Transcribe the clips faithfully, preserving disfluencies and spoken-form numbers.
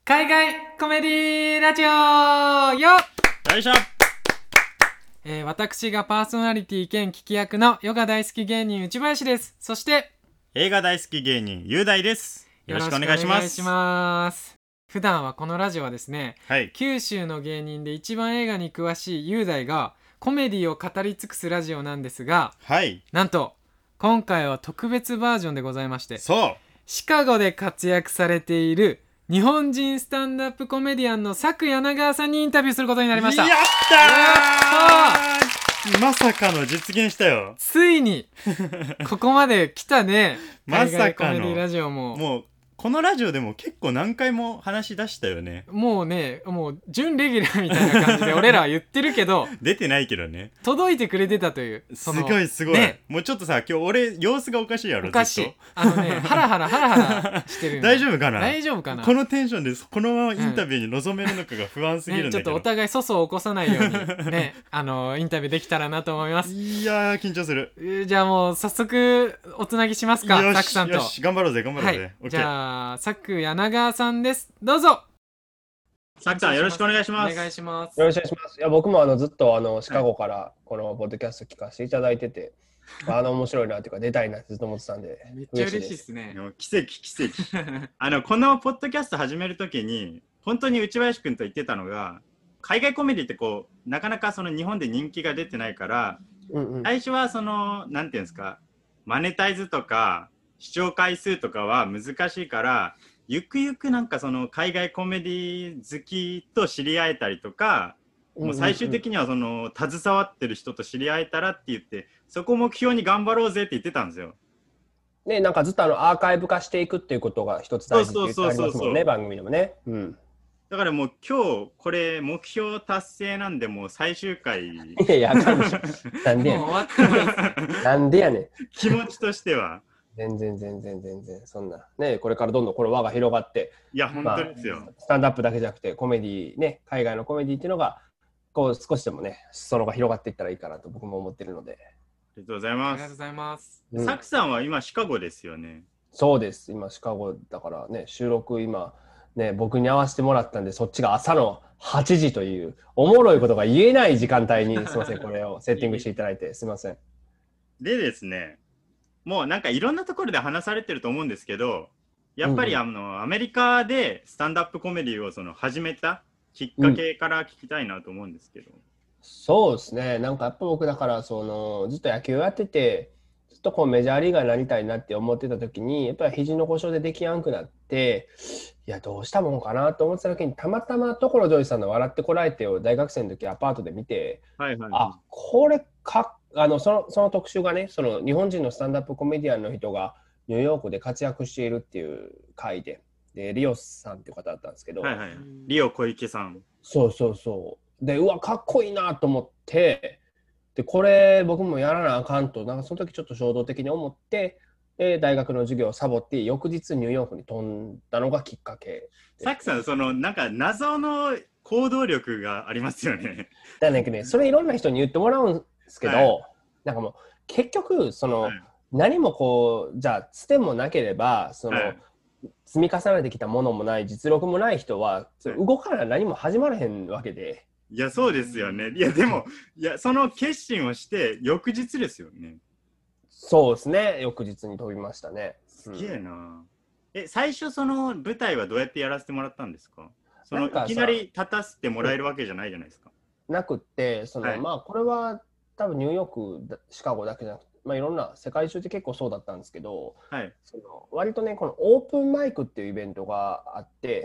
海外コメディラジオよよいしょ、 えー、私がパーソナリティ兼聞き役のヨガ大好き芸人内林です。そして映画大好き芸人雄大です。よろしくお願いします。 よろしくお願いします。普段はこのラジオはですね、 はい、 九州の芸人で一番映画に詳しい雄大がコメディを語り尽くすラジオなんですが、 はい、 なんと今回は特別バージョンでございまして、 そうシカゴで活躍されている日本人スタンドアップコメディアンの佐久柳川さんにインタビューすることになりました。 やったーまさかの実現したよ。 ついにここまで来たねまさかの海外コメディラジオももうこのラジオでも結構何回も話し出したよね。 もうね、もう準レギュラーみたいな感じで俺らは言ってるけど出てないけどね。 届いてくれてたという。 すごいすごい、ね、もうちょっとさ、今日俺様子がおかしいやろ。 おかしい。あのね、ハラハラハラハラしてる大丈夫かな大丈夫かな。 このテンションでこのままインタビューに臨めるのかが不安すぎるんだけど、 ね、ちょっとお互い粗相を起こさないようにねあのインタビューできたらなと思います。 いやー緊張する。 じゃあもう早速おつなぎしますか。 よしサクさんと。 よし頑張ろうぜ頑張ろうぜ、 はい、じゃあサク柳川さんです。どうぞ。 サクさんよろしくお願いします。 お願いします。 よろしくお願いします。いや僕もあのずっとあのシカゴからこのポッドキャスト聞かせていただいてて、はい、あの面白いなっていうか出たいなってずっと思ってたんでめっちゃ嬉しいですね。 奇跡奇跡あのこのポッドキャスト始めるときに本当に内林くんと言ってたのが、海外コメディってこうなかなかその日本で人気が出てないから、うんうん、最初はそのなんていうんですか、マネタイズとか視聴回数とかは難しいから、ゆくゆくなんかその海外コメディ好きと知り合えたりとか、もう最終的にはその携わってる人と知り合えたらって言って、そこを目標に頑張ろうぜって言ってたんですよ。 ね、なんかずっとあのアーカイブ化していくっていうことが一つ大事って言ってありますもんね、番組でもね、うん、 だからもう今日これ目標達成なんで、もう最終回いやいやあかんでしょなんでやねんなんでやねん気持ちとしては全然全然全然そんなね、これからどんどんこれ輪が広がって、 いや本当ですよ、まあ、 スタンドアップだけじゃなくてコメディね、海外のコメディっていうのがこう少しでもね裾野が広がっていったらいいかなと僕も思ってるので。 ありがとうございます。 ありがとうございます。 うん、サクさんは今シカゴですよね。 そうです、今シカゴだからね、収録今ね僕に合わせてもらったんで、そっちが朝のはちじというおもろいことが言えない時間帯にすいませんこれをセッティングしていただいてすいません。 でですね、もうなんかいろんなところで話されてると思うんですけど、やっぱりあの、うん、アメリカでスタンドアップコメディをその始めたきっかけから聞きたいなと思うんですけど、うん、 そうですね、なんかやっぱ僕だからそのずっと野球やってて、ずっとこうメジャーリーガーになりたいなって思ってた時に、やっぱり肘の故障でできやんくなって、いやどうしたもんかなと思ってた時に、たまたま所ジョージさんの笑ってこられてを大学生の時アパートで見て、 はいはいはい、 あこれかあのそのその特集がね、その日本人のスタンドアップコメディアンの人がニューヨークで活躍しているっていう回で、でリオさんっていう方だったんですけど、 はいはい、リオ小池さん、 そうそうそうで、うわかっこいいなと思って、でこれ僕もやらなあかんと、なんかその時ちょっと衝動的に思って、で大学の授業をサボって翌日ニューヨークに飛んだのがきっかけ。 さっきさんそのなんか謎の行動力がありますよね。 だね、それいろんな人に言ってもらうんですけど、はい、なんかもう結局その、はい、何もこうじゃあつてもなければその、はい、積み重ねてきたものもない実力もない人は、はい、動かない何も始まらへんわけで。 いやそうですよね。いやでもいやその決心をして翌日ですよね。 そうですね、翌日に飛びましたね。 すげえな、うん、え最初その舞台はどうやってやらせてもらったんですか？そのいきなり立たせてもらえるわけじゃないじゃないですか。 なくってその、はい、まあこれは多分ニューヨークシカゴだけじゃなくて、まあ、いろんな世界中で結構そうだったんですけど、はい、その割とねこのオープンマイクっていうイベントがあって、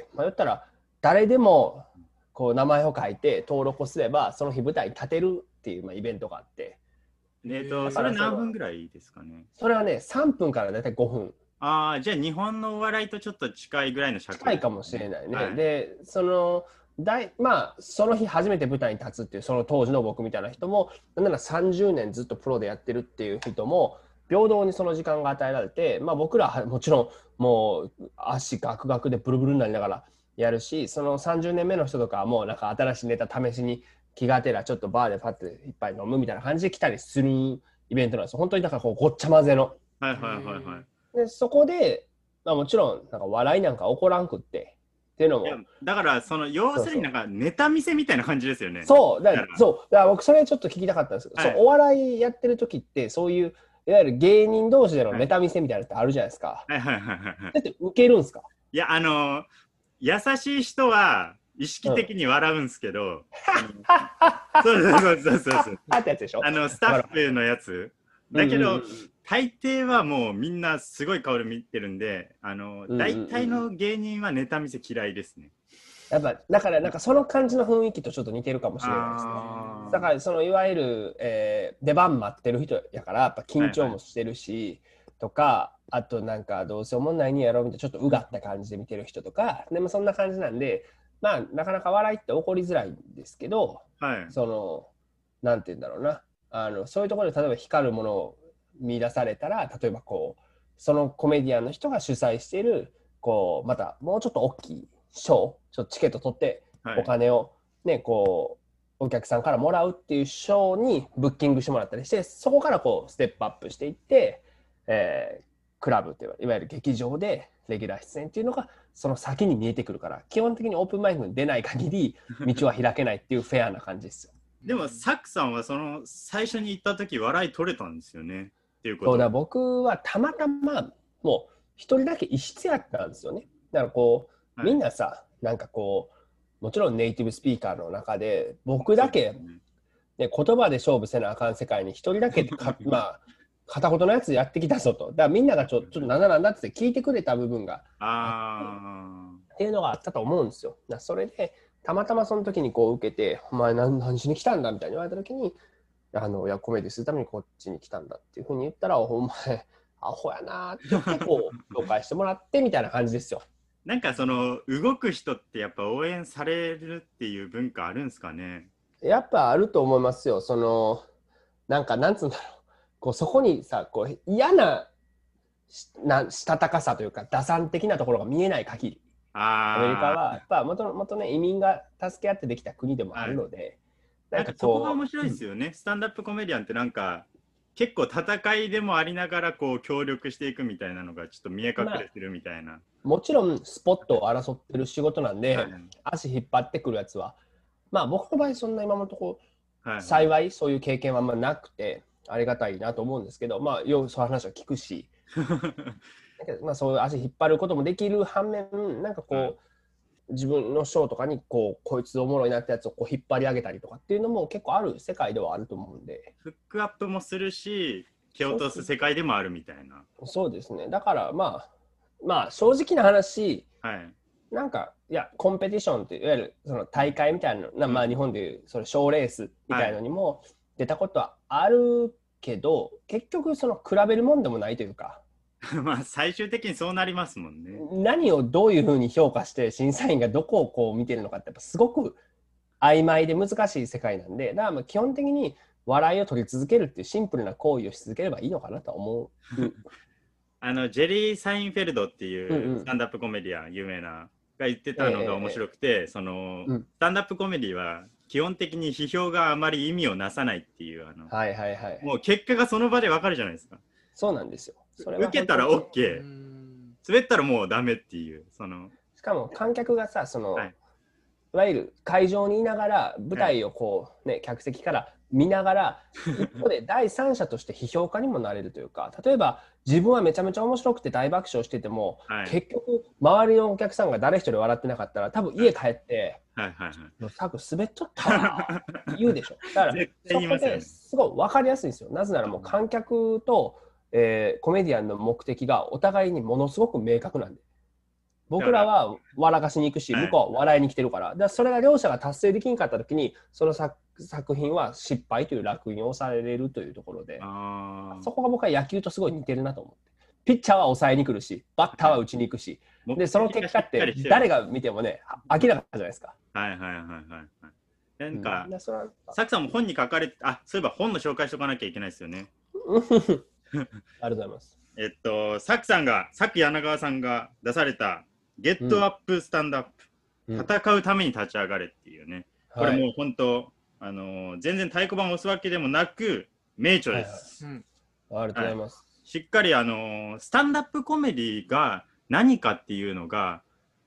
まあ、言ったら誰でもこう名前を書いて登録をすればその日舞台に立てるっていう、まあ、イベントがあって、 えーと、それ何分ぐらいですかね？ それはねさんぷんからだいたいごふん。 ああ、じゃあ日本のお笑いとちょっと近いぐらいの尺、 近いかもしれないね、はい、でその大まあその日初めて舞台に立つっていうその当時の僕みたいな人も、なんならさんじゅうねんずっとプロでやってるっていう人も平等にその時間が与えられて、まあ僕らはもちろんもう足ガクガクでブルブルになりながらやるし、そのさんじゅうねんめの人とかはもうなんか新しいネタ試しに気がてらちょっとバーでパッて一杯飲むみたいな感じで来たりするイベントなんですよ。本当にだからこうごっちゃ混ぜの。 はいはいはいはい。 でそこで、まあ、もちろんなんか笑いなんか起こらんくって、 っていうのも。 だからその要するになんかネタ見せみたいな感じですよね。 そうだからそうだから僕それちょっと聞きたかったんですけど、はい、そうお笑いやってる時ってそういういわゆる芸人同士でのネタ見せみたいなのってあるじゃないですか。 はいはいはいはい。 だってウケるんすか？ いやあの優しい人は意識的に笑うんすけど、うん、そうそうそうそうそうあったやつでしょ？ あのスタッフのやつだけど、うんうんうん、大抵はもうみんなすごい顔で見てるんで、あの、うんうんうん、大体の芸人はネタ見せ嫌いですね。 やっぱだからなんかその感じの雰囲気とちょっと似てるかもしれないですね。だからそのいわゆる、えー、出番待ってる人やからやっぱ緊張もしてるし、はいはい、とかあとなんかどうせおもんないにやろうみたいなちょっとうがった感じで見てる人とかでもそんな感じなんでまあなかなか笑いって起こりづらいんですけど、はい、そのなんて言うんだろうなあのそういうところで例えば光るものを見出されたら例えばこうそのコメディアンの人が主催しているこうまたもうちょっと大きいショーちょっとチケット取ってお金をね、はい、こうお客さんからもらうっていうショーにブッキングしてもらったりしてそこからこうステップアップしていって、えー、クラブっていわゆる劇場でレギュラー出演っていうのがその先に見えてくるから基本的にオープンマイクに出ない限り道は開けないっていうフェアな感じですよ。 でもサクさんはその最初に行った時笑い取れたんですよねっていうこと。 そうだ僕はたまたまもう一人だけ異質やったんですよね。だからこうみんなさ、はい、なんかこうもちろんネイティブスピーカーの中で僕だけ、ね、言葉で勝負せなあかん世界に一人だけかまあ片言のやつやってきたぞと。だからみんながちょ、ちょっとなんだなんだって聞いてくれた部分があってっていうのがあったと思うんですよ。だそれでたまたまその時にこう受けてお前 何, 何しに来たんだみたいに言われた時にあのいやコメディするためにこっちに来たんだっていうふうに言ったらお前アホやなって言ってこう紹介してもらってみたいな感じですよ。 なんかその動く人ってやっぱ応援されるっていう文化あるんですかね？ やっぱあると思いますよ。そのなんかなんつうんだろうこうそこにさこう嫌ななしたたかさというか打算的なところが見えない限りアメリカはやっぱもともとね移民が助け合ってできた国でもあるので、 はい、なんかそこが面白いですよね、うん、スタンダップコメディアンってなんか結構戦いでもありながらこう協力していくみたいなのがちょっと見え隠れてるみたいな、まあ、 もちろんスポットを争ってる仕事なんで、はい、足引っ張ってくるやつはまあ僕の場合そんな今のところ、はい、幸いそういう経験はあんまなくてありがたいなと思うんですけどまあよくそういう話は聞くしだけど、まあ、そういう足引っ張ることもできる反面なんかこう、はい自分のショーとかにこうこいつおもろいなってやつをこう引っ張り上げたりとかっていうのも結構ある世界ではあると思うんでフックアップもするし蹴落とす世界でもあるみたいな。 そうですねだからまあまあ正直な話、 はい、 なんかいやコンペティションっていわゆるその大会みたいなの、うん、まあ日本でいうそれ賞レースみたいなのにも出たことはあるけど、はい、結局その比べるもんでもないというかまあ最終的にそうなりますもんね。 何をどういうふうに評価して審査員がどこをこう見てるのかってやっぱすごく曖昧で難しい世界なんでだからまあ基本的に笑いを取り続けるっていうシンプルな行為をし続ければいいのかなと思うあのジェリー・サインフェルドっていうスタンダップコメディアン、うんうん、有名なが言ってたのが面白くて、えー、その、うん、スタンダップコメディは基本的に批評があまり意味をなさないっていうあの、 はいはいはい、 もう結果がその場でわかるじゃないですか。 そうなんですよ。 それは受けたら OK、滑ったらもうダメっていうそのしかも観客がさその、はい、いわゆる会場にいながら舞台をこう、ねはい、客席から見ながら一方で第三者として批評家にもなれるというか例えば自分はめちゃめちゃ面白くて大爆笑してても、はい、結局周りのお客さんが誰一人笑ってなかったら多分家帰ってはいはいはい、 多分滑っちゃったわって言うでしょ。だからそこですごい分かりやすいんですよ。なぜならもう観客とえー、コメディアンの目的がお互いにものすごく明確なんで僕らは笑かしに行くし向こうは笑いに来てるから、だからそれが両者が達成できんかった時にその 作, 作品は失敗という烙印を押されるというところであそこが僕は野球とすごい似てるなと思ってピッチャーは抑えに来るしバッターは打ちに行くし、はい、でその結果って誰が見てもね明らかじゃないですか。 はいはいはいはいなんか、うん、サクさんも本に書かれてあそういえば本の紹介しとかなきゃいけないですよねありがとうございます。 えっと、サクさんが、サク柳川さんが出された、ゲットアップスタンドアップ、うん、戦うために立ち上がれっていうね、うん、これもう本当、はい、あのー、全然太鼓判を押すわけでもなく、名著です。 はいはいうん、ありがとうございます。 はい、しっかり、あのー、スタンダップコメディが何かっていうのが、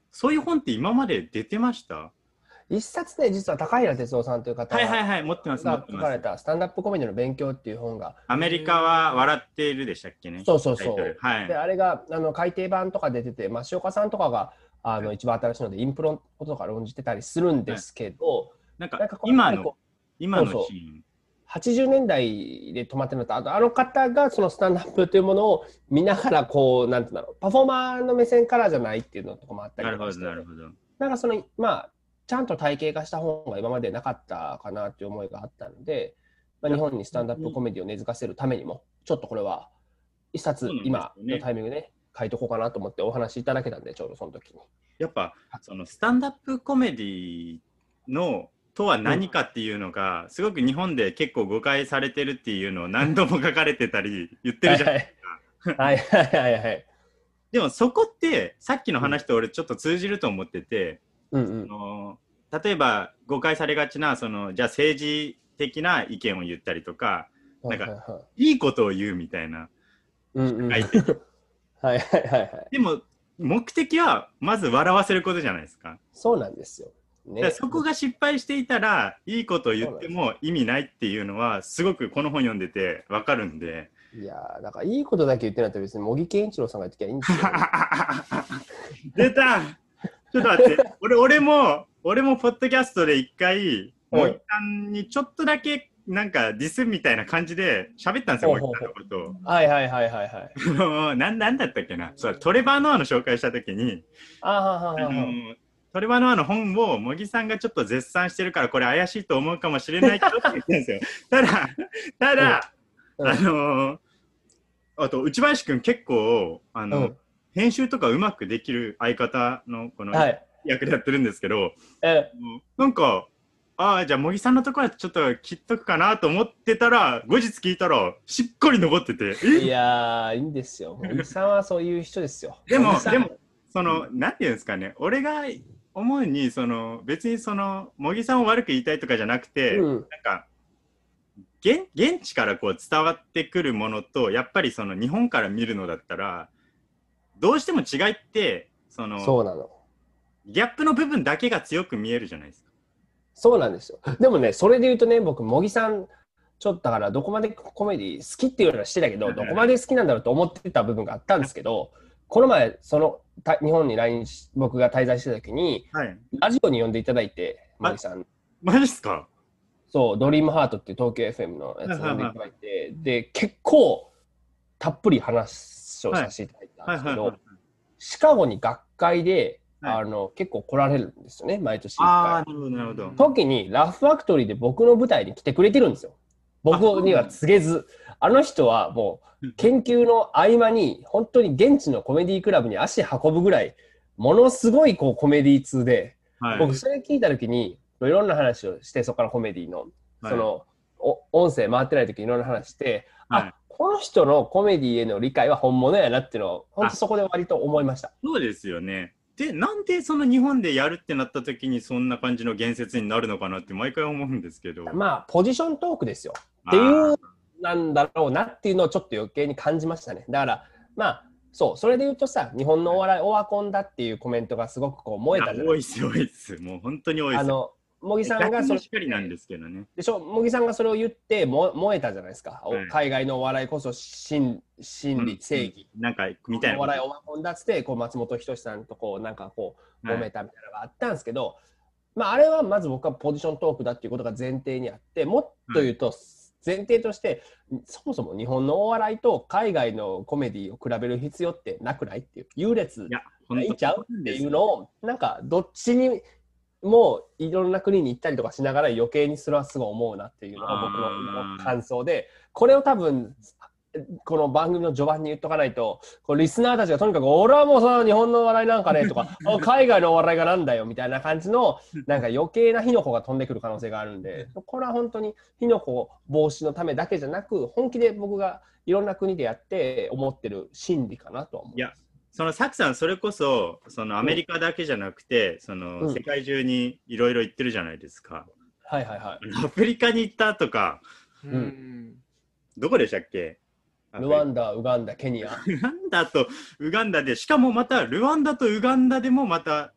そういう本って今まで出てました？ 一冊ね、実は高平哲夫さんという方はいはいはい、持ってます、持がってます。 書かれたスタンダップコメディの勉強っていう本が。 アメリカは笑っているでしたっけね。 そうそうそう。 はい、 で、あれがあの改訂版とか出てて、増岡さんとかがあの一番新しいので、インプロのこととか論じてたりするんですけど、はい、 なんか今の、今のシーン。そうそうはちじゅうねんだいで止まってるのと、あとあの方がそのスタンダップというものを見ながら、こう、なんていうんだろう、パフォーマーの目線からじゃないっていうのとかもあったりとかして、なるほど、なるほど。なんかその、まあ、ちゃんと体系化した本が今までなかったかなという思いがあったので、まあ、日本にスタンダップコメディを根付かせるためにも、ちょっとこれは一冊今のタイミングで、ね、書いとこうかなと思ってお話しいただけたんで、ちょうどその時に。 やっぱ、そのスタンダップコメディのとは何かっていうのが、うん、すごく日本で結構誤解されてるっていうのを何度も書かれてたり言ってるじゃないですか。 はいはいはいはい。 でもそこってさっきの話と俺ちょっと通じると思ってて、 うんうん、 その例えば誤解されがちなそのじゃあ政治的な意見を言ったりとか、なんかいいことを言うみたいな、 うんうん、はいはいはいはい。 でも目的はまず笑わせることじゃないですか。 そうなんですよ。 ね、そこが失敗していたらいいことを言っても意味ないっていうのはすごくこの本読んでて分かるんで。 いやーだからいいことだけ言ってないと別に茂木健一郎さんが言ってきゃいいんですよ。 出たちょっと待って俺俺も俺もポッドキャストで一回茂木さんにちょっとだけなんかディスみたいな感じで喋ったんですよ、茂木さんのことを。 はいはいはいはいはい。 な, なんだったっけな、そうトレバー・ノアの紹介したときに、ああのトレバー・ノアの本を茂木さんがちょっと絶賛してるからこれ怪しいと思うかもしれないけどって言ってるんですよ。ただただ、うん、あのあと内林くん結構あの、うん、編集とかうまくできる相方のこの役でやってるんですけど、はい、えなんかああじゃあ茂木さんのところはちょっと切っとくかなと思ってたら後日聞いたらしっかり残ってて、 いやーいいんですよ、茂木さんはそういう人ですよ。 でもでもその、うん、なんていうんですかね、俺が思うにその別にその茂木さんを悪く言いたいとかじゃなくて、うん、なんか 現, 現地からこう伝わってくるものとやっぱりその日本から見るのだったらどうしても違いってそのそうなのギャップの部分だけが強く見えるじゃないですか。 そうなんですよ。でもねそれで言うとね僕茂木さんちょっとだからどこまでコメディ好きっていうのはしてたけどどこまで好きなんだろうと思ってた部分があったんですけどこの前その日本に来日僕が滞在してた時に、はい、ラジオに呼んでいただいて茂木さんマジっすか。 そうドリームハートっていう東京 エフエム のやつを呼んでいただいてで結構たっぷり話をさせていただいたんですけどシカゴに学会で、はい、あの結構来られるんですよね毎年いっかい。 あーなるほどなるほど。 時にラフファクトリーで僕の舞台に来てくれてるんですよ。僕には告げず あ, あの人はもう研究の合間に本当に現地のコメディクラブに足運ぶぐらいものすごいこうコメディ通で、はい、僕それ聞いた時にいろんな話をしてそこからコメディの、はい、その音声回ってない時にいろんな話して、はい、あこの人のコメディへの理解は本物やなっていうのを本当そこで割と思いました。 そうですよね。でなんでその日本でやるってなった時にそんな感じの言説になるのかなって毎回思うんですけど、 まあポジショントークですよっていうなんだろうなっていうのをちょっと余計に感じましたね。だからまあそうそれで言うとさ日本のお笑いオワコンだっていうコメントがすごくこう燃えたじゃないですか。 多いです多いですもう本当に多いです。 あの茂木さんがそれしかりなんですけどね。 でしょ茂木さんがそれを言っても燃えたじゃないですか、はい、海外のお笑いこそ真真理正義、 うん、なんかみたいなお笑いオワコンだっつってこう松本人志さんとこうなんかこう揉めたみたいなのがあったんですけど、はい、まああれはまず僕はポジショントークだっていうことが前提にあってもっと言うと前提として、はい、そもそも日本のお笑いと海外のコメディを比べる必要ってなくないっていう優劣ないんちゃうっていうのをなんかどっちにもういろんな国に行ったりとかしながら余計にそれはすごい思うなっていうのが僕の感想でこれを多分この番組の序盤に言っとかないとこうリスナーたちがとにかく俺はもうその日本のお笑いなんかねとか海外のお笑いがなんだよみたいな感じのなんか余計な火の粉が飛んでくる可能性があるんでこれは本当に火の粉防止のためだけじゃなく本気で僕がいろんな国でやって思ってる心理かなとは思います。 そのサクさんそれこそそのアメリカだけじゃなくて、うん、その世界中にいろいろ行ってるじゃないですか、 うん、はいはいはい。 アフリカに行ったとか、うん、どこでしたっけ？ ルワンダ、ウガンダ、ケニア。 ルワンダとウガンダでしかもまたルワンダとウガンダでもまた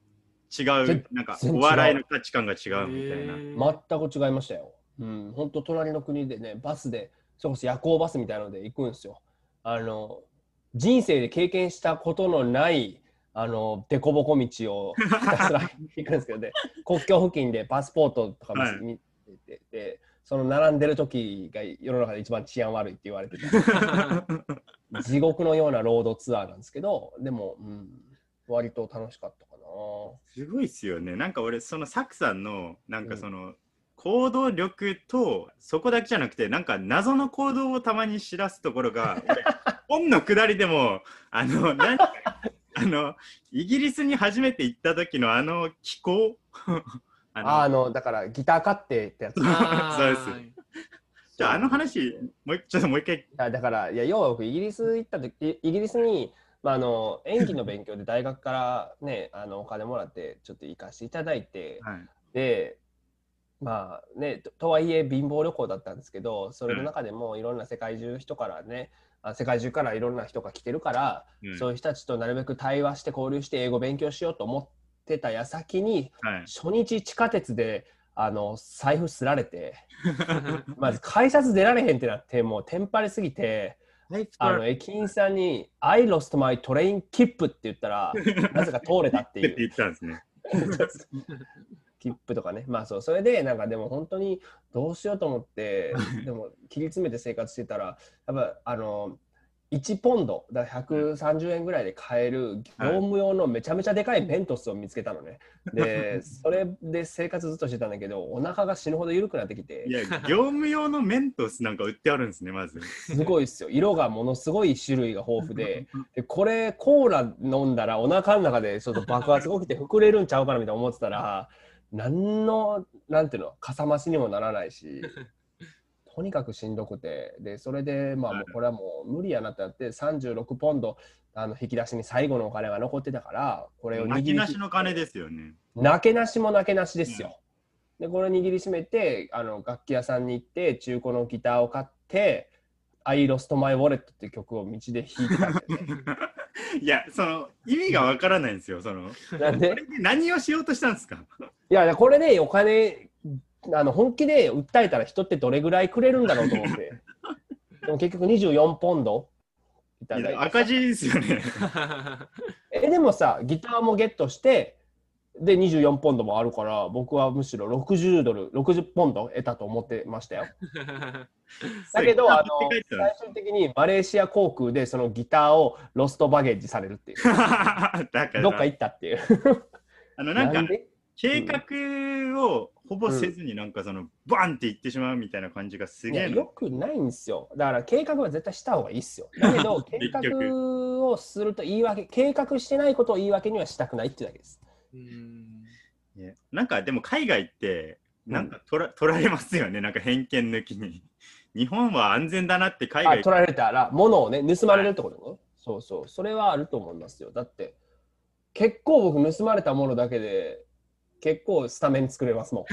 違う、なんかお笑いの価値観が違うみたいな。 全く違いましたよ。うん、本当隣の国でね、バスで、それこそ夜行バスみたいなので行くんですよ。あの、人生で経験したことのない、あの、凸凹道をひたすら行くんですけどね、国境付近でパスポートとか見てて、はい、で、その並んでる時が世の中で一番治安悪いって言われてた。地獄のようなロードツアーなんですけど、でも、うん、割と楽しかったかな。 すごいっすよね。なんか俺、そのサクさんの、なんかその、うん行動力とそこだけじゃなくてなんか謎の行動をたまに知らすところが本の下りでもあのなんかあのイギリスに初めて行った時のあの気候あのあのだからギター買ってってやつそうですじゃああの話もうちょっともう一回いやだからいや要は僕イギリス行った時イギリスにまあ、あの演技の勉強で大学からねあのお金もらってちょっと行かせていただいて、はい、でまあね、と, とはいえ貧乏旅行だったんですけどそれの中でもいろんな世界中の人からね、うん、世界中からいろんな人が来てるから、うん、そういう人たちとなるべく対話して交流して英語勉強しようと思ってた矢先に、はい、初日地下鉄であの財布すられてまず改札出られへんってなってもうテンパりすぎてあの駅員さんに「I lost my train 切符」って言ったらなぜか通れたっていう。 って言ったんですね切符とかね、まあそうそれでなんかでも本当にどうしようと思ってでも切り詰めて生活してたらやっぱあのいちポンドだからひゃくさんじゅうえんぐらいで買える業務用のめちゃめちゃでかいメントスを見つけたのね。でそれで生活ずっとしてたんだけどお腹が死ぬほど緩くなってきていや業務用のメントスなんか売ってあるんですねまずすごいですよ色がものすごい種類が豊富ででこれコーラ飲んだらお腹の中でちょっと爆発が起きて膨れるんちゃうかなみたいな思ってたら何のなんていうのかさ増しにもならないしとにかくしんどくてでそれでまあもうこれはもう無理やなってなってさんじゅうろくポンドあの引き出しに最後のお金が残ってたからこれを握りしめてなけなしの金ですよねなけなしもなけなしですよ、うん、でこれ握りしめてあの楽器屋さんに行って中古のギターを買ってI lost my wallet っていう曲を道で弾いてたんですよねいやその意味がわからないんですよそのなんで何をしようとしたんですかいやこれでお金あの本気で訴えたら人ってどれぐらいくれるんだろうと思ってでも結局にじゅうよんポンドいただいて赤字ですよねえでもさギターもゲットしてでにじゅうよんポンドもあるから僕はむしろろくじゅうドルろくじゅうポンド得たと思ってましたよだけどあの最終的にマレーシア航空でそのギターをロストバゲージされるっていうだからどっか行ったっていうあのなんか計画をほぼせずになんかその、うん、バンっていってしまうみたいな感じがすげえよくないんですよだから計画は絶対した方がいいっすよだけど計画をすると言い訳計画してないことを言い訳にはしたくないっていうだけですうんいやなんかでも海外ってなんか取ら、うん、取られますよねなんか偏見抜きに日本は安全だなって海外あ取られたら物をね盗まれるってことね、はい、そうそうそれはあると思いますよだって結構僕盗まれたものだけで結構スタメン作れますもん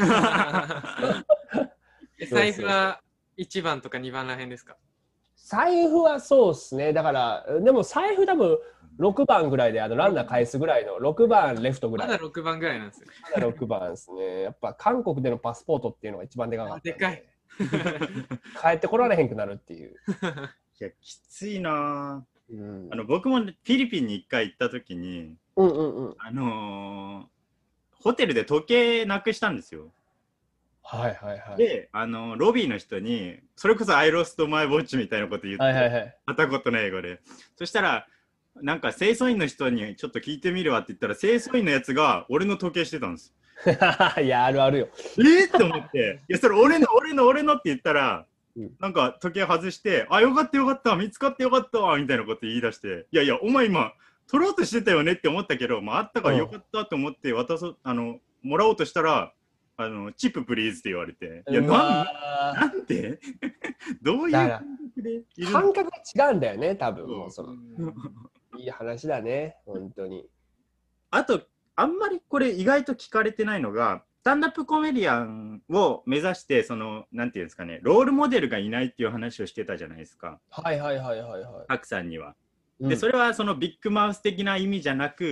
財布はいちばんとかにばんらへんですか財布はそうですねだからでも財布多分ろくばんぐらいであのランナー返すぐらいのろくばんレフトぐらいまだろくばんぐらいなんですよまだろくばんですねやっぱ韓国でのパスポートっていうのが一番でかかったでかい帰ってこられへんくなるっていういやきついな、うん、あの僕もフィリピンにいっかい行った時に、 うんうんうん、 あのー、ホテルで時計なくしたんですよはいはいはい。 で、あのロビーの人にそれこそ I lost my watch みたいなこと言って、はいはいはい、片言の英語でそしたらなんか清掃員の人にちょっと聞いてみるわって言ったら清掃員のやつが俺の時計してたんですいやあるあるよえーって思っていやそれ俺の俺の俺のって言ったら、うん、なんか時計外してあよかったよかった見つかってよかったみたいなこと言い出していやいやお前今取ろうとしてたよねって思ったけど、まあ、あったからよかったと思って渡そうあのもらおうとしたらあのチッププリーズって言われていやなんなんでどういう感覚でいる感覚が違うんだよね多分もうそのいい話だね本当にあとあんまりこれ意外と聞かれてないのがスタンダップコメディアンを目指してそのなんていうんですかねロールモデルがいないっていう話をしてたじゃないですかはいはいはいはいはいパクさんにはで、うん、それはそのビッグマウス的な意味じゃなく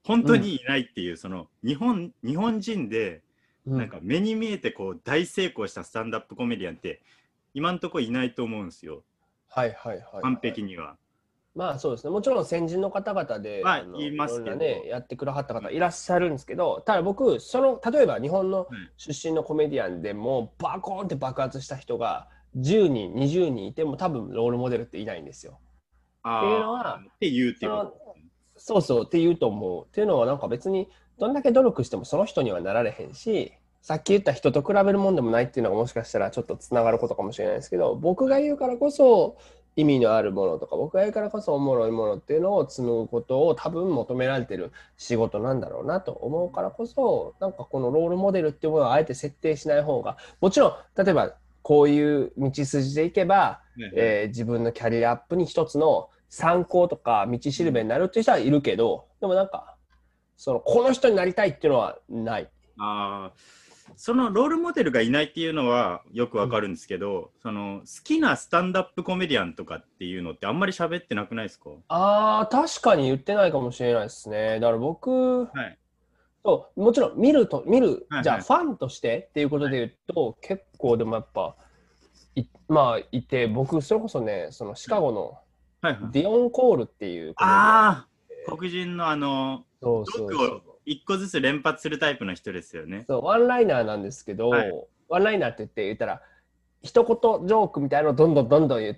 本当にいないっていう、うん、その日本日本人でなんか目に見えてこう大成功したスタンダップコメディアンって今んとこいないと思うんですよ。 はいはいはい、はい、 完璧には。 まあそうですね、もちろん先人の方々で、 まあ、言いますけど、 ね、やってくださった方いらっしゃるんですけど、ただ僕その例えば日本の出身のコメディアンでもバコーンって爆発した人がじゅうにんにじゅうにんいても多分ロールモデルっていないんですよ。 あっていうのはって言うっていうこと。 そうそうって言うと思う。っていうのはなんか別にどんだけ努力してもその人にはなられへんし、さっき言った人と比べるもんでもないっていうのがもしかしたらちょっとつながることかもしれないですけど、僕が言うからこそ意味のあるものとか、僕が言うからこそおもろいものっていうのを紡ぐことを多分求められてる仕事なんだろうなと思うからこそ、なんかこのロールモデルっていうものをあえて設定しない方が、もちろん例えばこういう道筋でいけば、ねえー、自分のキャリアアップに一つの参考とか道しるべになるっていう人はいるけど、でもなんかそのこの人になりたいっていうのはない。 あそのロールモデルがいないっていうのはよくわかるんですけど、うん、その好きなスタンダップコメディアンとかっていうのってあんまり喋ってなくないですか？ あー確かに言ってないかもしれないですね。だから僕、はい、そうもちろん見ると見る、はいはい、じゃあファンとしてっていうことで言うと、はい、結構でもやっぱいまあいて、僕それこそねそのシカゴのディオン・コールっていうコメディアン、 ああ黒人のあのそうそうそう一個ずつ連発するタイプの人ですよね。 そうワンライナーなんですけど、はい、ワンライナーって言って言ったら一言ジョークみたいなのをどんどんどんどん言って、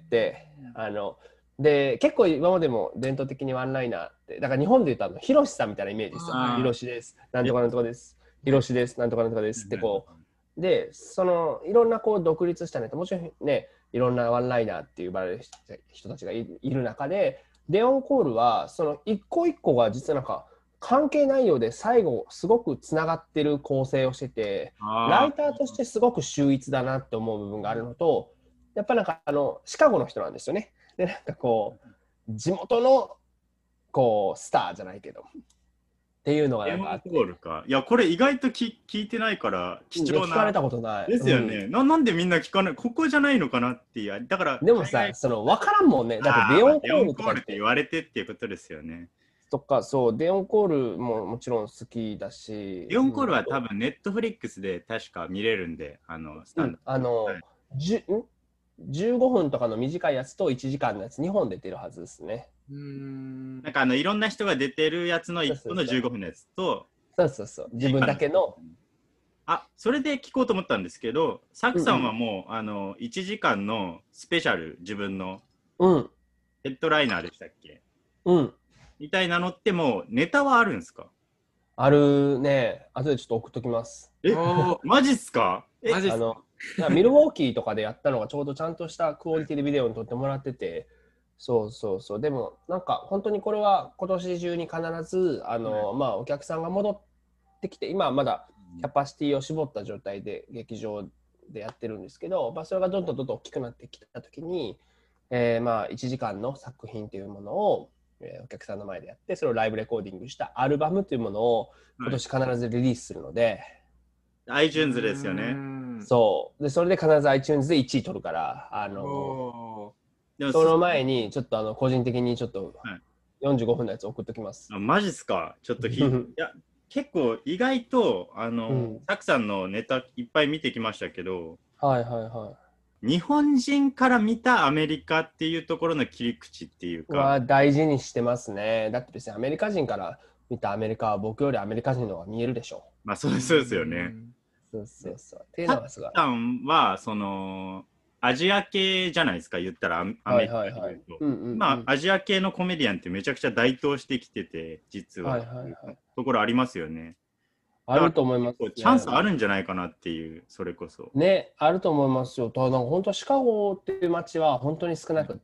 うん、あので結構今までも伝統的にワンライナーってだから日本で言うとあのヒロシさんみたいなイメージですよ。ヒロシですなんとかなんとかですヒロシですなんとかなんとかですってこうでそのいろんなこう独立したネタもちろんねいろんなワンライナーって呼ばれる人たちがいる中でデオン・コールはその一個一個が実はなんか関係ないようで最後すごくつながってる構成をしててライターとしてすごく秀逸だなって思う部分があるのとやっぱなんかあのシカゴの人なんですよね。でなんかこう地元のこうスターじゃないけどっていうのがなんかあって、 デオン・コールかいやこれ意外とき聞いてないから貴重な聞かれたことないですよね、うん、な, なんでみんな聞かないここじゃないのかなっていうだからでもさその分からんもんね。だってデオン・コールとかって言われてっていうことですよね。 とかそうデオン・コールももちろん好きだしデオン・コールは多分ネットフリックスで確か見れるんであのスタンド、うん、 あの、はい、じゅじゅうごふんとかの短いやつといちじかんのやつにほん出てるはずですね。 うーんなんかあのいろんな人が出てるやつのいっこのじゅうごふんのやつとそうそうそう自分だけのあそれで聞こうと思ったんですけどサクさんはもう、うんうん、あのいちじかんのスペシャル自分のヘッドライナーでしたっけ、 うんみたいなのってもうネタはあるんですか？ あるね。後でちょっと送っときます。 えマジっすか？えマジっすか？あのミルウォーキーとかでやったのがちょうどちゃんとしたクオリティでビデオに撮ってもらっててそうそうそうでもなんか本当にこれは今年中に必ずあの、うん、まあお客さんが戻ってきて今はまだキャパシティを絞った状態で劇場でやってるんですけど、まあ、それがどんどんどんどん大きくなってきた時に、えー、まあいちじかんの作品というものをお客さんの前でやってそれをライブレコーディングしたアルバムというものを今年必ずリリースするので、 はい、iTunes ですよね。 そうでそれで必ず iTunes でいちい取るからあのその前にちょっとあの個人的にちょっとよんじゅうごふんのやつ送っときます。 あマジっすか？ちょっとひいや結構意外とあの、うん、サクさんのネタいっぱい見てきましたけどはいはいはい日本人から見たアメリカっていうところの切り口っていうかは大事にしてますね。だって別にアメリカ人から見たアメリカは僕よりアメリカ人の方が見えるでしょ。 まあそうですよね。 そうそうそう。っていうのがすごい。 タッさんはそのアジア系じゃないですか言ったらアメリカで言うと。まあアジア系のコメディアンってめちゃくちゃ台頭してきてて実は、はいはいはい、ところありますよね。 あると思います、 ね、チャンスあるんじゃないかなっていうそれこそねあると思いますよ。ただなんか本当シカゴっていう街は本当に少なくって、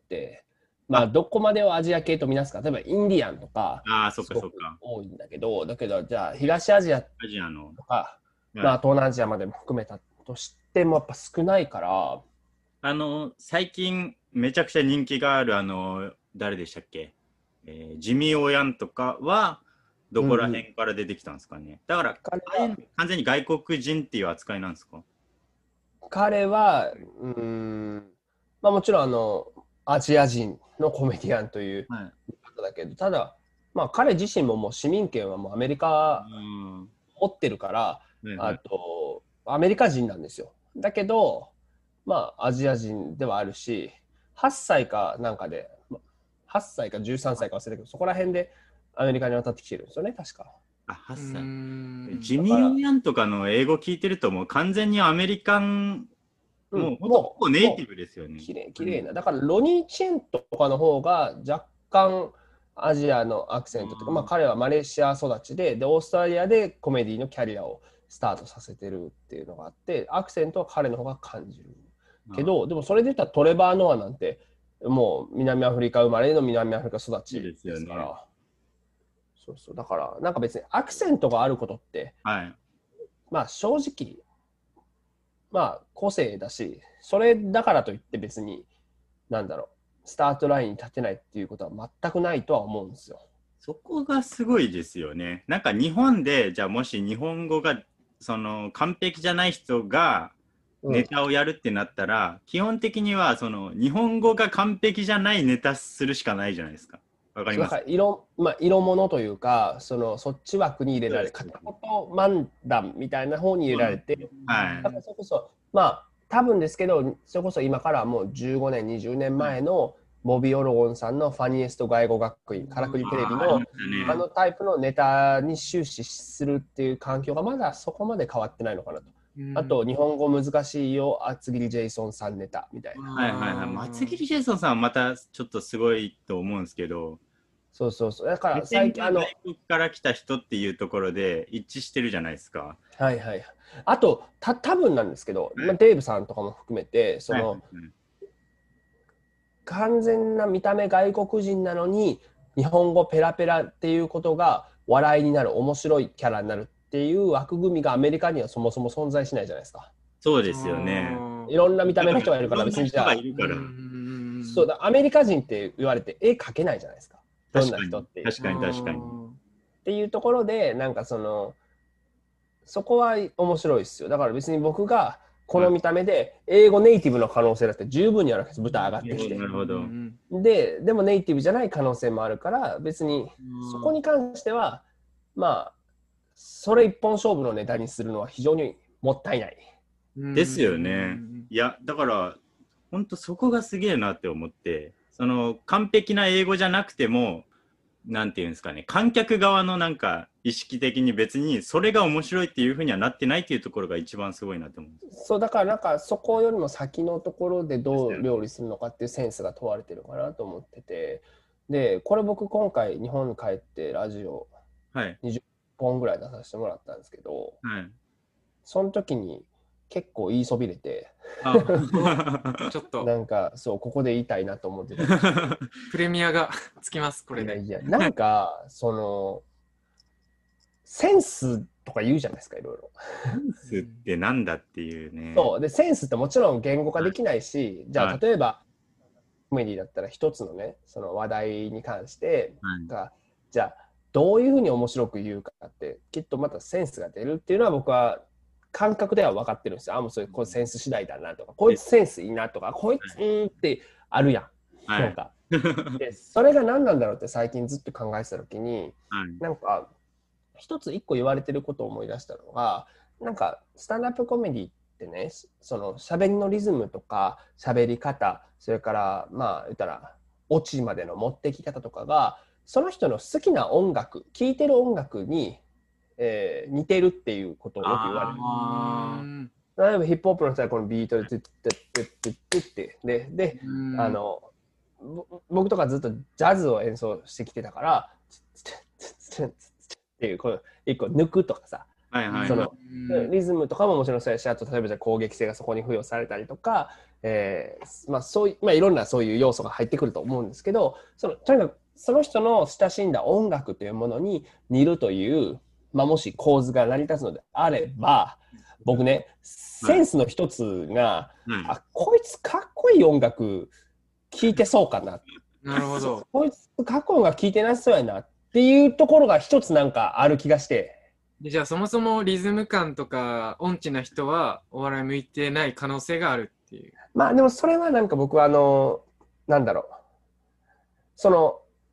うん、まあどこまでをアジア系とみなすか例えばインディアンとかあそっかそっか多いんだけどだけどじゃあ東アジアとかアジアの、 まあ、東南アジアまでも含めたとしてもやっぱ少ないからあの最近めちゃくちゃ人気があるあの誰でしたっけ、えー、ジミー・オヤンとかはどこら辺から出てきたんですかね、うん、だから完全に外国人っていう扱いなんですか？ 彼はうーん、まあ、もちろんあのアジア人のコメディアンということだけど、はい、ただまあ彼自身ももう市民権はもうアメリカ持ってるから、 うん、 あとアメリカ人なんですよ。だけどまあアジア人ではあるし、はっさいかなんかで、はっさいかじゅうさんさいか忘れたけど、そこら辺でアメリカに渡ってきてるんですよね、確か。 あ、はっさい。ジミー・ヤンとかの英語聞いてるともう完全にアメリカン、うん、もうほぼネイティブですよね。 きれい、きれいな。だからロニー・チェンとかの方が若干アジアのアクセントとか、まあ彼はマレーシア育ちで、で、オーストラリアでコメディのキャリアをスタートさせてるっていうのがあって、アクセントは彼の方が感じる。けど、でもそれで言ったらトレバー・ノアなんて、もう南アフリカ生まれの南アフリカ育ちですから。いいですよね。そうそう。だから、なんか別にアクセントがあることって、 はい、 まあ正直、まあ個性だし、それだからといって別に、なんだろう、スタートラインに立てないっていうことは全くないとは思うんですよ。 そこがすごいですよね。なんか日本で、じゃあもし日本語がその完璧じゃない人がネタをやるってなったら、うん、基本的にはその日本語が完璧じゃないネタするしかないじゃないですか。わかります？ なんか色、まあ、色物というか、そのそっち枠に入れられて、片言漫談みたいな方に入れられて、うん、はい、だからそれこそ、まあ多分ですけど、それこそ今からもうじゅうごねん、にじゅうねんまえのボビー・オロゴンさんのファニエスト外語学院、からくりテレビの あ,、ね、あのタイプのネタに終始するっていう環境がまだそこまで変わってないのかなと。うん、あと、日本語難しいよ、厚切りジェイソンさんネタみたいな。 はいはいはい。厚切りジェイソンさんはまたちょっとすごいと思うんですけど、 そうそうそう。だから最近、 あの、外国から来た人っていうところで一致してるじゃないですか。 はいはい。あと、た多分なんですけど、はい、まあ、デーブさんとかも含めて、その、はいはい、完全な見た目外国人なのに、日本語ペラペラっていうことが笑いになる、面白いキャラになるっていう枠組みがアメリカにはそもそも存在しないじゃないですか。 そうですよね。 いろんな見た目の人がいるから、別にじゃあ、そうだ、アメリカ人って言われて絵描けないじゃないですか。どんな人っていう。 確かに確かに。 っていうところで、なんかその、そこは面白いですよ。だから別に僕がこの見た目で英語ネイティブの可能性だって十分にあるわけです。舞台上がってきて。 なるほど。 で、でもネイティブじゃない可能性もあるから、別にそこに関しては、まあ、それ一本勝負のネタにするのは非常にもったいない。 ですよね。いや、だから、本当そこがすげえなって思って、その完璧な英語じゃなくても、なんていうんですかね、観客側のなんか意識的に別にそれが面白いっていうふうにはなってないっていうところが一番すごいなと思う。 そうだからなんかそこよりも先のところでどう料理するのかっていうセンスが問われてるかなと思ってて、でこれ僕今回日本に帰ってラジオにじゅっぽんぐらい出させてもらったんですけど、はい、その時に結構言いそびれてちょっとなんかそうここで言いたいなと思ってたプレミアがつきますこれで。 いやいやなんかそのセンスとか言うじゃないですか、いろいろ。 センスってなんだっていうね。 そうでセンスってもちろん言語化できないし、はい、じゃあ例えばコメディだったら一つのねその話題に関して、はい、じゃあどういうふうに面白く言うかってきっとまたセンスが出るっていうのは僕は感覚では分かってるんですよ。あ、もうそれこれセンス次第だなとか、こいつセンスいいなとか、こいつうんってあるやん。はい、なんかでそれが何なんだろうって最近ずっと考えてた時に、はい、なんか一つ一個言われてることを思い出したのが、なんかスタンドアップコメディってね、その喋りのリズムとか喋り方、それからまあ言ったらオチまでの持ってき方とかがその人の好きな音楽、聴いてる音楽にえー、似てるっていうことをよく言われる。例えばヒップホップの人はこのビートでトゥットゥットゥットゥットゥッてでであの僕とかずっとジャズを演奏してきてたからっていうこう一個抜くとかさ、はいはいはい、そのリズムとかももちろんそうやし、あと例えばじゃ攻撃性がそこに付与されたりとか、えー、まあそういうまあいろんなそういう要素が入ってくると思うんですけど、そのとにかくその人の親しんだ音楽というものに似るというまあ、もし構図が成り立つのであれば、僕ね、センスの一つが、はい、あ、こいつかっこいい音楽聴いてそうかな。 なるほど。 こいつかっこいい音楽聴いてなそうやなっていうところが一つなんかある気がして。 でじゃあそもそもリズム感とか音痴な人はお笑い向いてない可能性があるっていう。 まあでもそれはなんか僕はあの、なんだろう。その、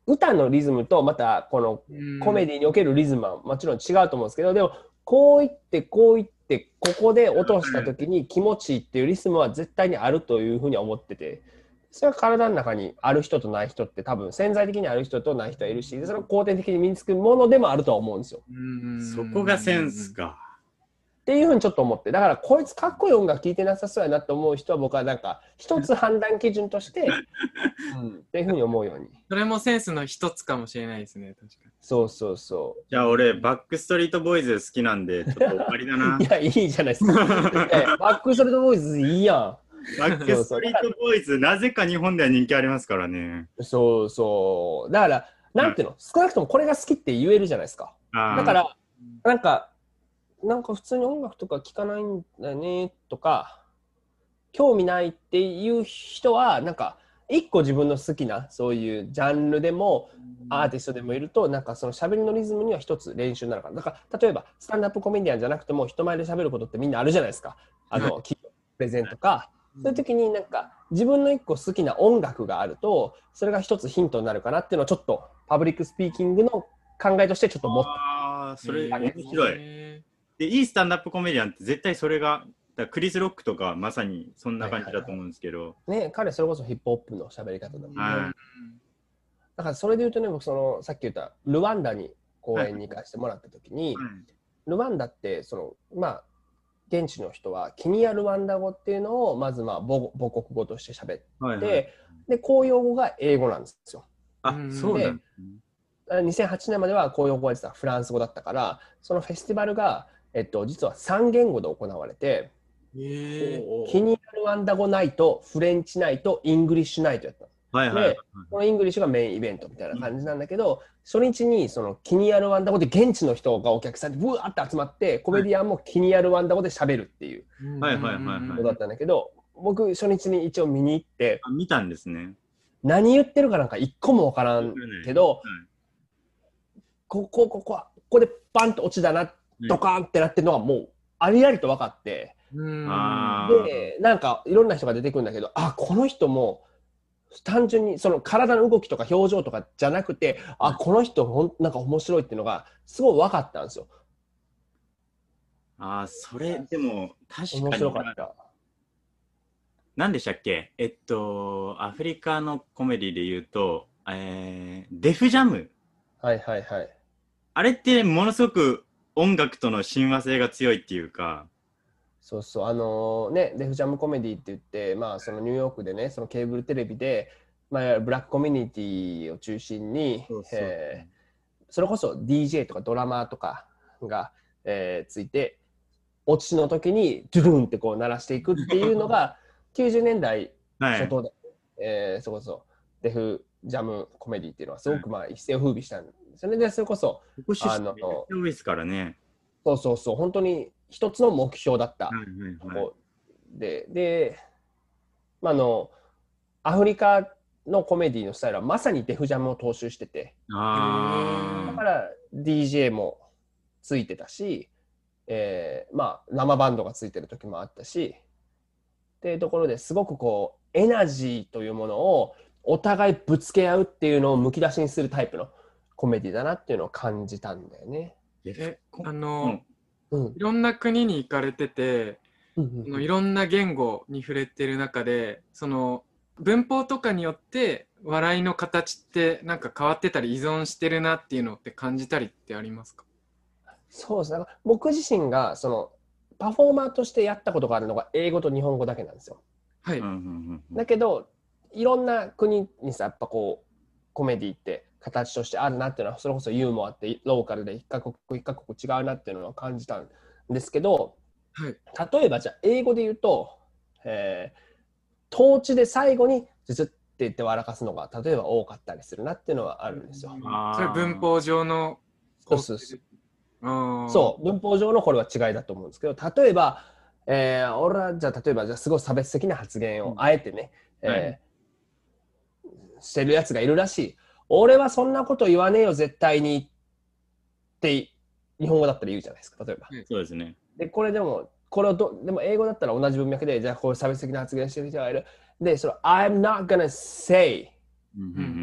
歌のリズムとまたこのコメディにおけるリズムはもちろん違うと思うんですけど、でもこう言ってこう言ってここで落とした時に気持ちいいっていうリズムは絶対にあるというふうには思ってて、それは体の中にある人とない人って多分潜在的にある人とない人はいるし、それは後天的に身につくものでもあるとは思うんですよ。 そこがセンスか。 っていうふうにちょっと思って、だからこいつかっこいい音楽聴いてなさそうやなと思う人は僕はなんか一つ判断基準として、うん、っていうふうに思うように。 それもセンスの一つかもしれないですね、確かに。 そうそうそう。 じゃあ俺バックストリートボーイズ好きなんでちょっと終わりだな。 いやいいじゃないですか。バックストリートボーイズいいやん。 バックストリートボーイズなぜか日本では人気ありますからね。 そうそう。だからなんていうの、少なくともこれが好きって言えるじゃないですか。だからなんかなんか普通に音楽とか聴かないんだよねとか興味ないっていう人はなんか一個自分の好きなそういうジャンルでもアーティストでもいるとなんかその喋りのリズムには一つ練習になるから、だから例えばスタンダップコメディアンじゃなくても人前で喋ることってみんなあるじゃないですか。あのプレゼンとかそういう時になんか自分の一個好きな音楽があるとそれが一つヒントになるかなっていうのをちょっとパブリックスピーキングの考えとしてちょっと思った。 ああそれ面白い。でいいスタンダップコメディアンって絶対それがだクリス・ロックとかまさにそんな感じだと思うんですけど、はいはいはい、ね彼それこそヒップホップの喋り方だもんね、 はい、 だからそれで言うとね僕そのさっき言ったルワンダに公演に行かせてもらった時に、はい、ルワンダってそのまあ現地の人はケニアルワンダ語っていうのをまずまあ母国語として喋って、はいはい、で公用語が英語なんですよ。 あ、そうなんですね。にせんはちねんまでは公用語は実はフランス語だったからそのフェスティバルがえっと、実はさん言語で行われて、ケニアルワンダ語ナイト、フレンチナイト、イングリッシュナイトやったの。はいはいはい、で、このイングリッシュがメインイベントみたいな感じなんだけど、うん、初日にそのケニアルワンダ語で現地の人がお客さんでブワーって集まって、コメディアンもケニアルワンダ語で喋るっていうことだったんだけど、僕初日に一応見に行って、 あ見たんですね。 何言ってるかなんか一個もわからんけど、はい、ここここここでバンと落ちだなドカーンってなってるのがもうありありと分かって、うんでなんかいろんな人が出てくるんだけど、あこの人も単純にその体の動きとか表情とかじゃなくて、あこの人ほんなんか面白いっていうのがすごい分かったんですよ。 あそれでも確かに面白かった。 何でしたっけ、えっとアフリカのコメディで言うと、えー、デフジャム、 はいはいはい、 あれってものすごく音楽との親和性が強いっていうか、 そうそうあのー、ねデフジャムコメディって言って、まあそのニューヨークでねそのケーブルテレビで、まあ、ブラックコミュニティを中心にそうそう、えー、それこそ ディージェー とかドラマーとかが、えー、ついてオチの時にドゥルンってこう鳴らしていくっていうのがきゅうじゅうねんだい初頭で、はいえー、それこそデフジャムコメディっていうのはすごくまあ一世を風靡したんですよね。でそれこそあの多いですからね。 そうそうそう本当に一つの目標だった、はいはいはい、でで、まあ、のアフリカのコメディのスタイルはまさにデフジャムを踏襲してて、あだから ディージェー もついてたし、えー、まあ生バンドがついてる時もあったしっていうところですごくこうエナジーというものをお互いぶつけ合うっていうのをむき出しにするタイプのコメディだなっていうのを感じたんだよね。 えあの、うん、いろんな国に行かれてて、うんうん、いろんな言語に触れてる中でその文法とかによって笑いの形ってなんか変わってたり依存してるなっていうのって感じたりってありますか？ そうですね。僕自身がそのパフォーマーとしてやったことがあるのが英語と日本語だけなんですよ。はい。だけどいろんな国にさやっぱこうコメディって形としてあるなっていうのはそれこそユーモアってローカルで一カ国一カ国違うなっていうのを感じたんですけど、はい、例えばじゃあ英語で言うと、えー、統治で最後にズズって言って笑かすのが例えば多かったりするなっていうのはあるんですよ。 あそれ文法上のそうそうそうそう文法上のこれは違いだと思うんですけど、例えば、えー、俺はじゃあ例えばじゃあすごい差別的な発言をあえてね、うんえーはい、してるやつがいるらしい。俺はそんなこと言わねえよ絶対にって日本語だったら言うじゃないですか例えば。 そうですね。 でこれでもこれをどでも英語だったら同じ文脈でじゃあこういう差別的な発言してる人がいる。でそれ I'm not gonna say、うん、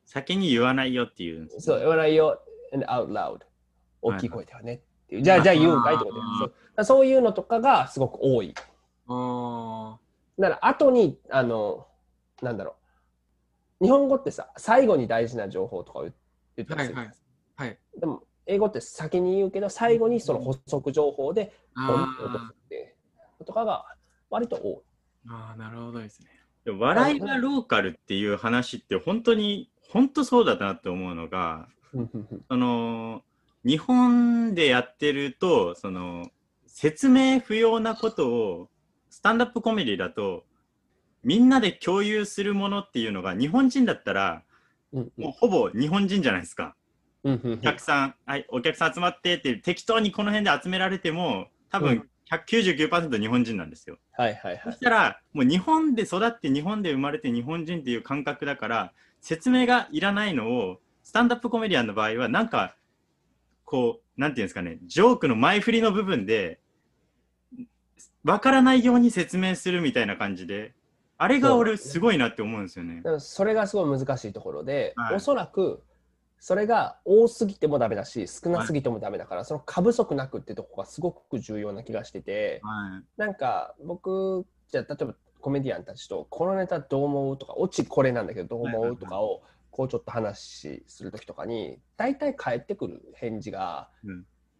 先に言わないよっていうんです、ね、 そう、言わないよ、and out loud。大きい声ではねっていう。じゃあ、じゃあ言うんかいってことで。そう、そういうのとかがすごく多い。 あだから後に、あの、なんだろう。日本語ってさ、最後に大事な情報とか言ってたりする。はいはい。はい、でも、英語って先に言うけど、最後にその補足情報で、ポンって落とすっていうとかが割と多い。 ああ、なるほどですね。 笑いがローカルっていう話って本当に、本当そうだなって思うのが、その、日本でやってると、その、説明不要なことを、スタンダップコメディだと、みんなで共有するものっていうのが、日本人だったら、もうほぼ日本人じゃないですか。お客さん、はい、お客さん集まってって適当にこの辺で集められても、多分ひゃくきゅうじゅうきゅうパーセント 日本人なんですよ。 はいはいはい。 そしたら、もう日本で育って日本で生まれて日本人っていう感覚だから、説明がいらないのを、スタンダップコメディアンの場合は、なんか、こう、なんていうんですかね、ジョークの前振りの部分で、わからないように説明するみたいな感じで、あれが俺すごいなって思うんですよね。 それがすごい難しいところで、はい、おそらくそれが多すぎてもダメだし、少なすぎてもダメだから、はい、その過不足なくってとこがすごく重要な気がしてて、はい、なんか僕、じゃあ例えばコメディアンたちと、このネタどう思うとか、オチこれなんだけどどう思うとかを、こうちょっと話するときとかに、大体返ってくる返事が、うん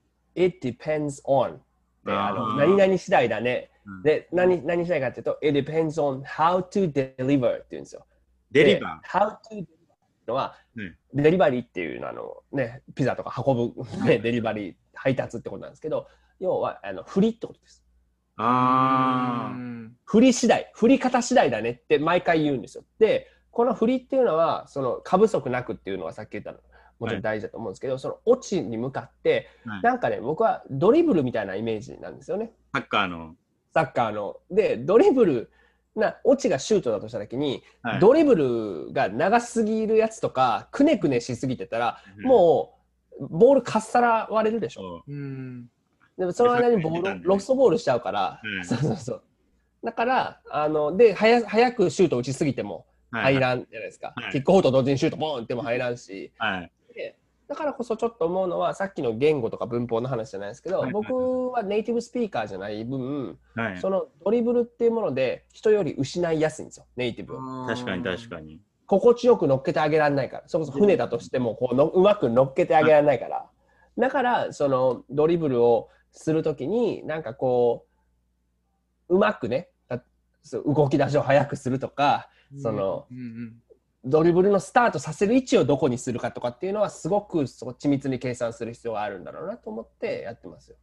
、It depends on で、あの何々次第だね。うん、で、何、何次第かっていうと、It depends on how to deliver って言うんですよ。 デリバー ?how to deliver のは、うん、デリバリーっていうのはあの、ね、ピザとか運ぶ、ね、デリバリー、配達ってことなんですけど、要はあの振りってことです。 あ振り次第、振り方次第だねって毎回言うんですよ。で、この振りっていうのは、その過不足なくっていうのはさっき言ったの、もちろん大事だと思うんですけど、はい、そのオチに向かって、はい、なんかね、僕はドリブルみたいなイメージなんですよね。 サッカーの。 サッカーの。で、ドリブル、な、オチがシュートだとしたときに、はい、ドリブルが長すぎるやつとか、くねくねしすぎてたら、うん、もう、ボールかっさらわれるでしょ。うん、でもその間にボール、ロストボールしちゃうから、うん、そうそうそう。だから、あの、で、早早くシュート打ちすぎても入らんじゃないですか。はいはい、キックオフと同時にシュートボーンっても入らんし。はい、でだからこそちょっと思うのは、さっきの言語とか文法の話じゃないですけど、はいはい、僕はネイティブスピーカーじゃない分、はい、そのドリブルっていうもので人より失いやすいんですよ、ネイティブを。 確かに確かに。 心地よく乗っけてあげられないから。それこそ船だとしてもこうのうまく乗っけてあげられないから。だから、そのドリブルをするときに、なんかこう、うまくね、動き出しを早くするとか、その、うんうんうんドリブルのスタートさせる位置をどこにするかとかっていうのはすごく緻密に計算する必要があるんだろうなと思ってやってますよ。